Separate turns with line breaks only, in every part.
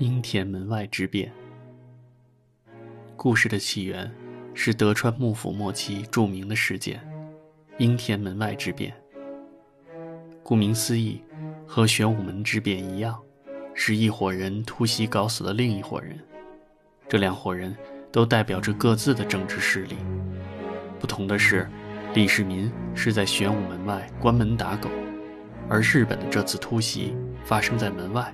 应天门外之变。故事的起源是德川幕府末期著名的事件应天门外之变。顾名思义，和玄武门之变一样，是一伙人突袭搞死了另一伙人。这两伙人都代表着各自的政治势力。不同的是，李世民是在玄武门外关门打狗，而日本的这次突袭发生在门外。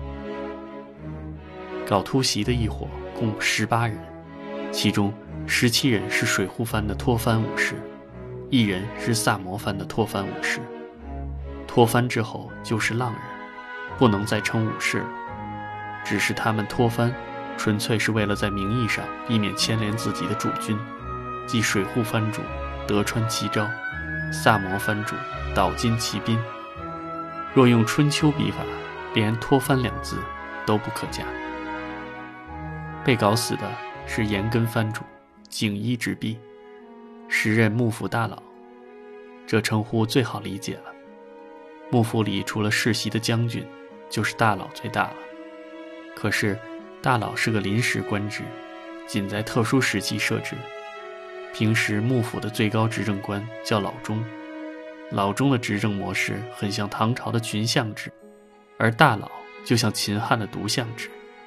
搞突袭的一伙共18人，其中17人是水户藩的脱藩武士，1人是萨摩藩的脱藩武士。脱藩之后就是浪人，不能再称武士了，只是他们脱藩纯粹是为了在名义上避免牵连自己的主君，即水户藩主德川齐昭、萨摩藩主岛津骑兵。若用春秋笔法，连脱藩2字都不可加。被搞死的是岩根藩主景一直弼，时任幕府大佬，这称呼最好理解了。幕府里除了世袭的将军，就是大佬最大了。可是大佬是个临时官职，仅在特殊时期设置。平时幕府的最高执政官叫老中，老中的执政模式很像唐朝的群相制，而大佬就像秦汉的独相制。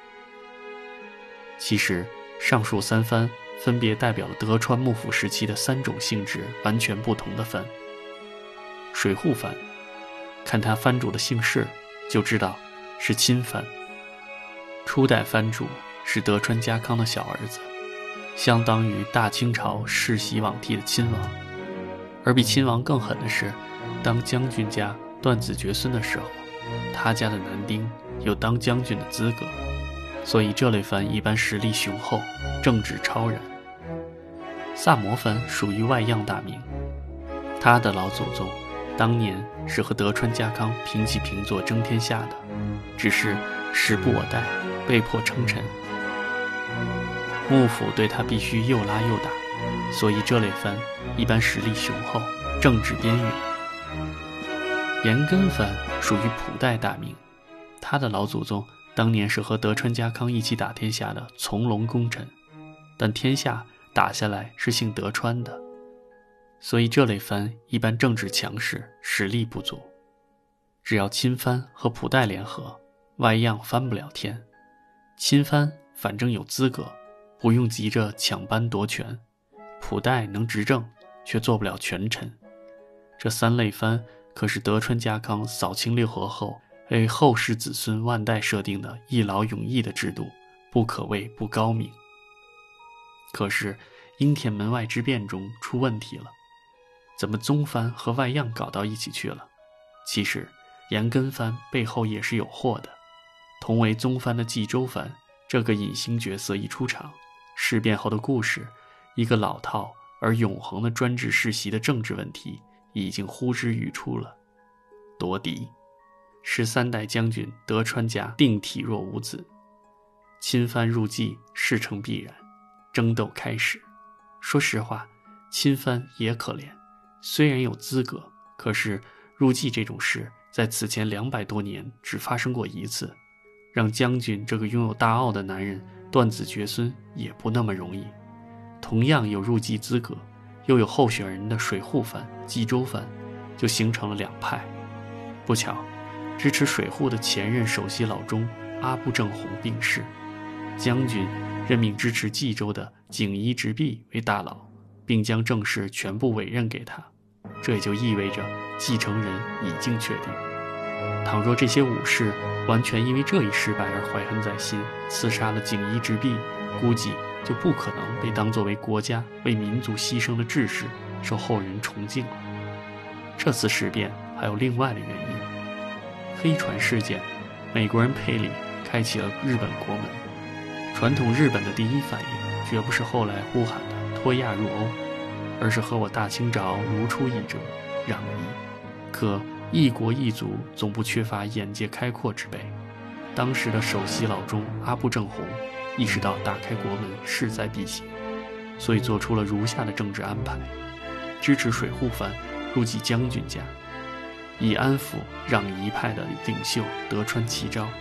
其实上述3藩分别代表了德川幕府时期的3种性质完全不同的藩。水户藩，看他藩主的姓氏就知道是亲藩。初代藩主是德川家康的小儿子，相当于大清朝世袭罔替的亲王。而比亲王更狠的是，当将军家断子绝孙的时候，他家的男丁有当将军的资格，所以这类藩一般实力雄厚，政治超然。萨摩藩属于外样大名，他的老祖宗当年是和德川家康平起平坐争天下的，只是时不我待，被迫称臣。幕府对他必须又拉又打，所以这类藩一般实力雄厚，政治边缘。岩根藩属于普代大名，他的老祖宗当年是和德川家康一起打天下的从龙功臣，但天下打下来是姓德川的，所以这类藩一般政治强势，实力不足。只要亲藩和普代联合，外样翻不了天。亲藩反正有资格，不用急着抢班夺权，普代能执政，却做不了权臣。这3类藩可是德川家康扫清六合后为后世子孙万代设定的一劳永逸的制度，不可谓不高明。可是应天门外之变中出问题了，怎么宗藩和外样搞到一起去了？其实岩根藩背后也是有祸的。同为宗藩的冀州藩这个隐形角色一出场，事变后的故事，一个老套而永恒的专制世袭的政治问题已经呼之欲出了。夺嫡，13代将军德川家定体弱无子，亲藩入继事成必然，争斗开始。说实话，亲藩也可怜，虽然有资格，可是入继这种事在此前200多年只发生过1次，让将军这个拥有大傲的男人断子绝孙也不那么容易。同样有入继资格又有候选人的水户藩、冀州藩就形成了2派。不巧，支持水户的前任首席老中阿部正弘病逝，将军任命支持冀州的景一直弼为大佬，并将政事全部委任给他。这也就意味着继承人已经确定。倘若这些武士完全因为这一失败而怀恨在心，刺杀了景一直弼，估计就不可能被当作为国家为民族牺牲的志士受后人崇敬了。这次事变还有另外的原因。黑船事件，美国人佩里开启了日本国门。传统日本的第一反应绝不是后来呼喊的脱亚入欧，而是和我大清朝如出一辙，攘夷。可一国一族总不缺乏眼界开阔之辈。当时的首席老中阿部正弘意识到打开国门势在必行，所以做出了如下的政治安排：支持水户藩入继将军家，以安抚攘夷派的领袖德川齐昭，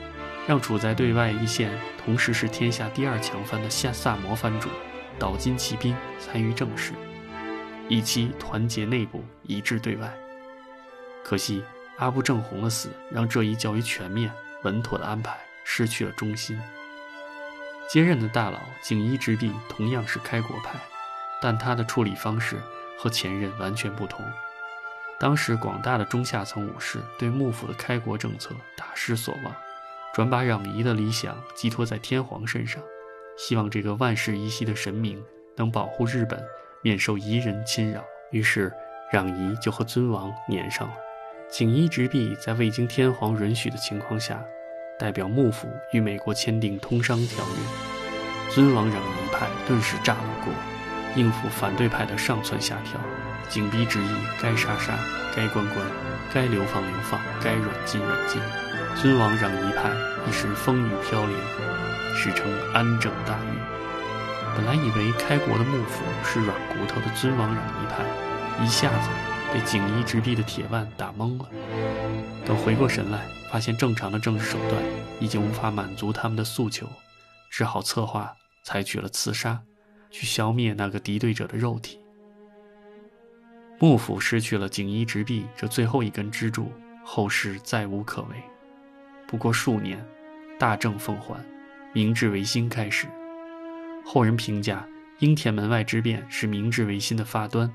让处在对外一线，同时是天下第2强藩的萨摩藩主岛津骑兵参与政事，以期团结内部，一致对外。可惜阿部正弘的死让这一较为全面稳妥的安排失去了中心。接任的大佬景一直弼同样是开国派，但他的处理方式和前任完全不同。当时广大的中下层武士对幕府的开国政策大失所望，转把攘夷的理想寄托在天皇身上，希望这个万世一系的神明能保护日本免受夷人侵扰。于是攘夷就和尊王粘上了。景一直弼在未经天皇允许的情况下，代表幕府与美国签订通商条约，尊王攘夷派顿时炸了锅，应付反对派的上蹿下跳，紧逼直议，该杀杀，该关关，该流放流放，该软禁软禁。尊王攘夷派一时风雨飘零，史称安政大狱。本来以为开国的幕府是软骨头的尊王攘夷派，一下子被景一直弼的铁腕打懵了。等回过神来，发现正常的政治手段已经无法满足他们的诉求，只好策划采取了刺杀，去消灭那个敌对者的肉体。幕府失去了景一直弼这最后一根支柱，后世再无可为。不过数年，大政奉还，明治维新开始。后人评价应天门外之变是明治维新的发端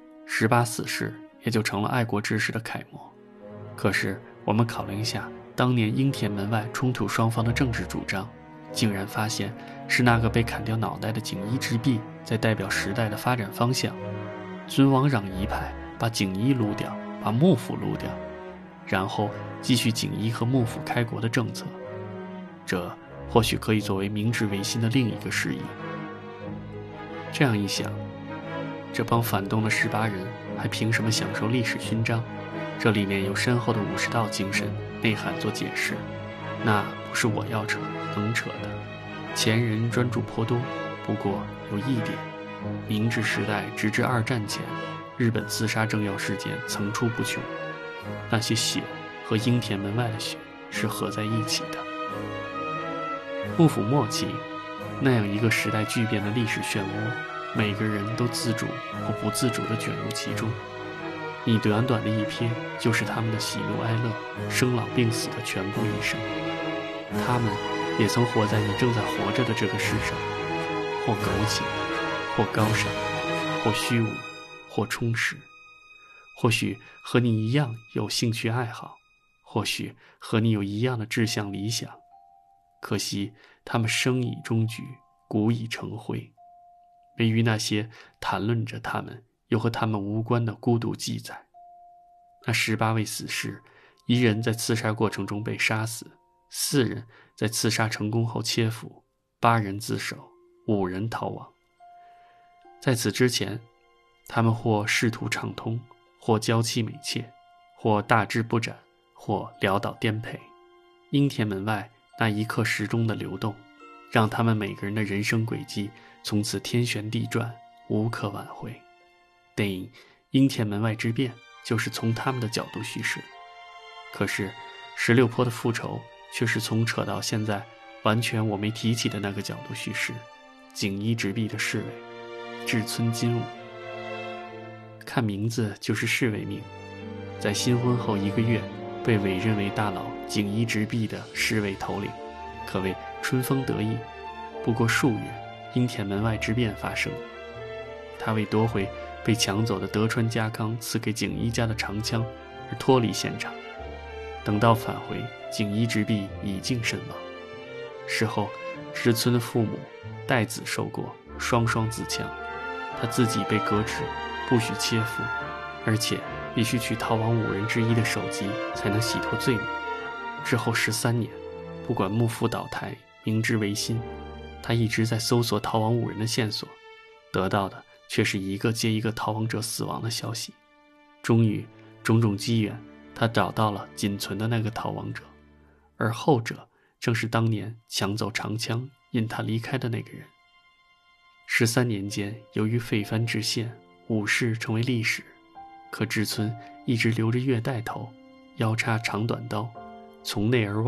，18死士也就成了爱国志士的楷模。可是我们考量一下当年应天门外冲突双方的政治主张，竟然发现是那个被砍掉脑袋的景一直弼在代表时代的发展方向。尊王攘夷派把景一撸掉，把幕府撸掉，然后继续景一和幕府开国的政策，这或许可以作为明治维新的另一个释义。这样一想，这帮反动的18人还凭什么享受历史勋章？这里面有深厚的武士道精神内涵做解释，那不是我要扯能扯的。前人专注颇多，不过有一点，明治时代直至2战前，日本刺杀政要事件层出不穷，那些血和应天门外的血是合在一起的。幕府末期，那样一个时代巨变的历史漩涡，每个人都自主或不自主地卷入其中。你短短的一瞥，就是他们的喜怒哀乐、生老病死的全部一生。他们也曾活在你正在活着的这个世上，或苟且，或高尚，或虚无，或充实。或许和你一样有兴趣爱好，或许和你有一样的志向理想。可惜他们生已终局，骨已成灰，唯余那些谈论着他们又和他们无关的孤独记载。那18位死士，1人在刺杀过程中被杀死，4人在刺杀成功后切腹，8人自首，5人逃亡。在此之前，他们或仕途畅通，或娇妻美妾，或大志不展，或潦倒颠沛。应天门外那一刻时钟的流动，让他们每个人的人生轨迹从此天旋地转，无可挽回。电影《应天门外之变》就是从他们的角度叙事。可是石榴坡的复仇却是从扯到现在完全我没提起的那个角度叙事，景一直弼的侍卫志村金武。看名字就是侍卫命，在新婚后1个月被委任为大佬景一直弼的侍卫头领，可谓春风得意。不过数月，应天门外之变发生，他为夺回被抢走的德川家康赐给景一家的长枪而脱离现场。等到返回，景一直弼已经身亡。事后志村的父母代子受过，双双自强，他自己被革职，不许切腹，而且必须取逃亡5人之一的首级才能洗脱罪名。之后13年，不管幕府倒台，明治维新，他一直在搜索逃亡5人的线索，得到的却是一个接一个逃亡者死亡的消息。终于种种机缘，他找到了仅存的那个逃亡者，而后者正是当年抢走长枪引他离开的那个人。13年间，由于废藩置县，武士成为历史，可志村一直留着月带头，腰插长短刀，从内而外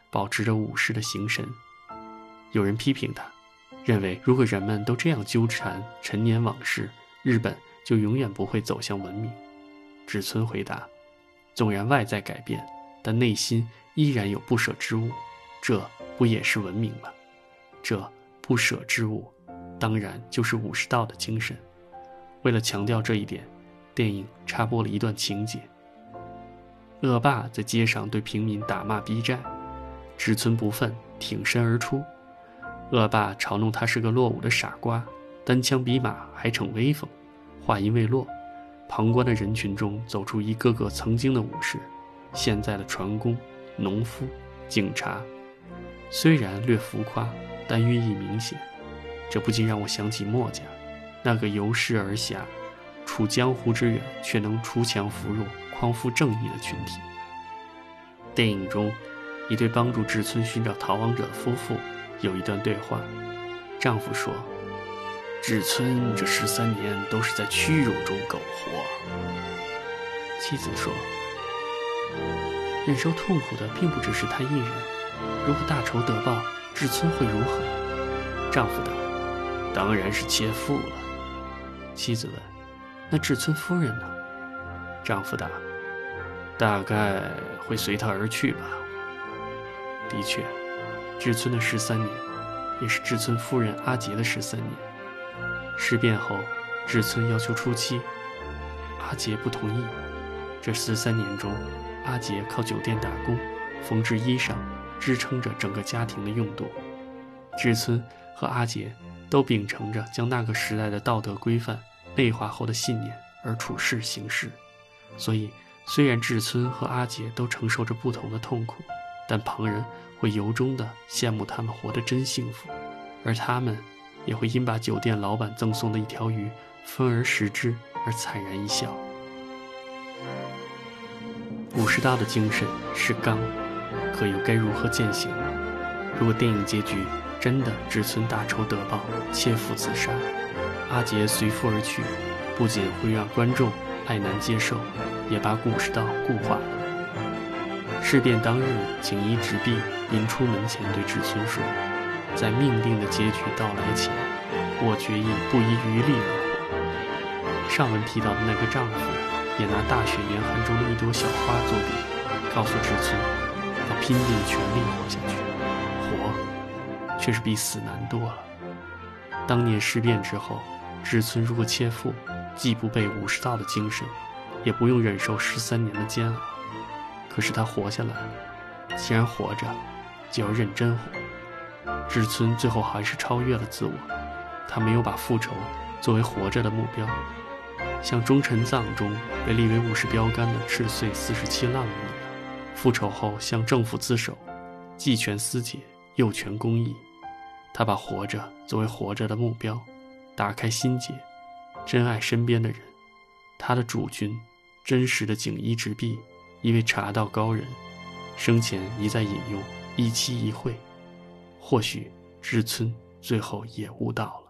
保持着武士的形神。有人批评他，认为如果人们都这样纠缠陈年往事，日本就永远不会走向文明。志村回答，纵然外在改变，但内心依然有不舍之物，这不也是文明吗？这不舍之物当然就是武士道的精神。为了强调这一点，电影插播了一段情节。恶霸在街上对平民打骂逼债，志村不忿，挺身而出。恶霸嘲弄他是个落伍的傻瓜，单枪匹马还逞威风。话音未落，旁观的人群中走出一个个曾经的武士，现在的船工、农夫、警察。虽然略浮夸，但寓意明显。这不禁让我想起墨家，那个由势而下，处江湖之远却能锄强扶弱、匡扶正义的群体。电影中，一对帮助志村寻找逃亡者的夫妇有一段对话。丈夫说，志村这13年都是在屈辱中苟活。妻子说，忍受痛苦的并不只是他一人，如果大仇得报，志村会如何？丈夫答，当然是切腹了。妻子问，那志村夫人呢？丈夫答，大概会随他而去吧。的确，志村的13年也是志村夫人阿杰的13年。事变后，志村要求出妻，阿杰不同意。这13年中，阿杰靠酒店打工，缝制衣裳，支撑着整个家庭的用度。志村和阿杰都秉承着将那个时代的道德规范内化后的信念而处事行事，所以虽然志村和阿杰都承受着不同的痛苦，但旁人会由衷地羡慕他们活得真幸福，而他们也会因把酒店老板赠送的一条鱼分而食之而惨然一笑。武士道的精神是刚，可又该如何践行？如果电影结局真的志村大仇得报，切腹自杀，阿杰随父而去，不仅会让观众爱难接受，也把武士道固化了。事变当日，锦衣直弼临出门前对志村说，在命定的结局到来前，我决意不遗余力而活。上文提到的那个丈夫也拿大雪严寒中的一朵小花作比，告诉志村要拼尽全力活下去，活却是比死难多了。当年事变之后，志村如果切腹，既不被武士道的精神，也不用忍受13年的煎熬。可是他活下来了，既然活着，就要认真活。志村最后还是超越了自我，他没有把复仇作为活着的目标。像忠臣藏中被立为武士标杆的赤穗47浪人一样，复仇后向政府自首，既权私解，又权公义。他把活着作为活着的目标，打开心结，珍爱身边的人。他的主君，真实的锦衣直弼，一位茶道高人，生前一再引用一期一会，或许志村最后也悟到了。